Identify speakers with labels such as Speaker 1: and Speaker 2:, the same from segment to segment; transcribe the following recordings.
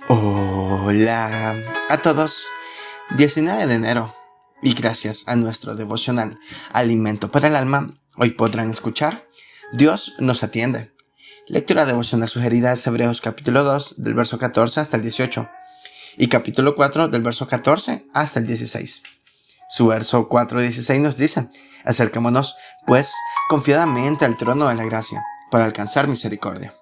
Speaker 1: Hola a todos, 19 de enero, y gracias a nuestro devocional Alimento para el Alma, hoy podrán escuchar Dios nos atiende. Lectura devocional sugerida es Hebreos capítulo 2 del verso 14 hasta el 18 y capítulo 4 del verso 14 hasta el 16. Su verso 4:16 nos dice: acerquémonos pues confiadamente al trono de la gracia para alcanzar misericordia.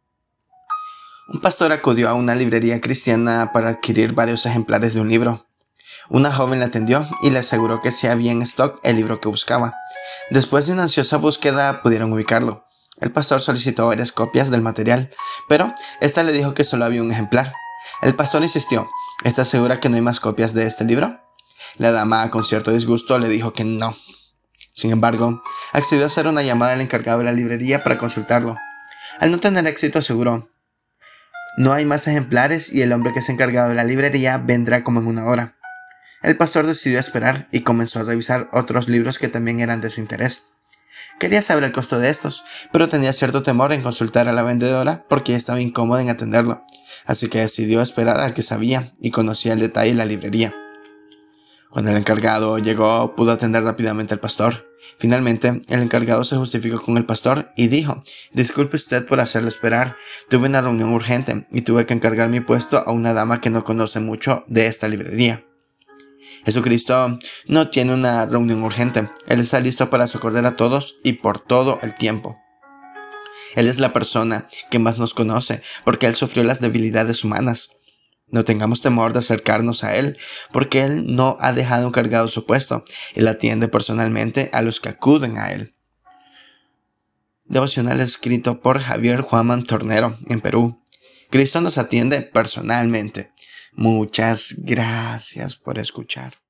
Speaker 1: Un pastor acudió a una librería cristiana para adquirir varios ejemplares de un libro. Una joven le atendió y le aseguró que sí había en stock el libro que buscaba. Después de una ansiosa búsqueda pudieron ubicarlo. El pastor solicitó varias copias del material, pero esta le dijo que solo había un ejemplar. El pastor insistió: ¿Estás segura que no hay más copias de este libro? La dama, con cierto disgusto, le dijo que no. Sin embargo, accedió a hacer una llamada al encargado de la librería para consultarlo. Al no tener éxito, aseguró: no hay más ejemplares y el hombre que se ha encargado de la librería vendrá como en una hora. El pastor decidió esperar y comenzó a revisar otros libros que también eran de su interés. Quería saber el costo de estos, pero tenía cierto temor en consultar a la vendedora porque estaba incómoda en atenderlo, así que decidió esperar al que sabía y conocía el detalle de la librería. Cuando el encargado llegó, pudo atender rápidamente al pastor. Finalmente, el encargado se justificó con el pastor y dijo: disculpe usted por hacerlo esperar, tuve una reunión urgente y tuve que encargar mi puesto a una dama que no conoce mucho de esta librería. Jesucristo no tiene una reunión urgente, Él está listo para socorrer a todos y por todo el tiempo. Él es la persona que más nos conoce porque Él sufrió las debilidades humanas. No tengamos temor de acercarnos a Él, porque Él no ha dejado encargado su puesto. Él atiende personalmente a los que acuden a Él. Devocional escrito por Javier Juanman Tornero, en Perú. Cristo nos atiende personalmente. Muchas gracias por escuchar.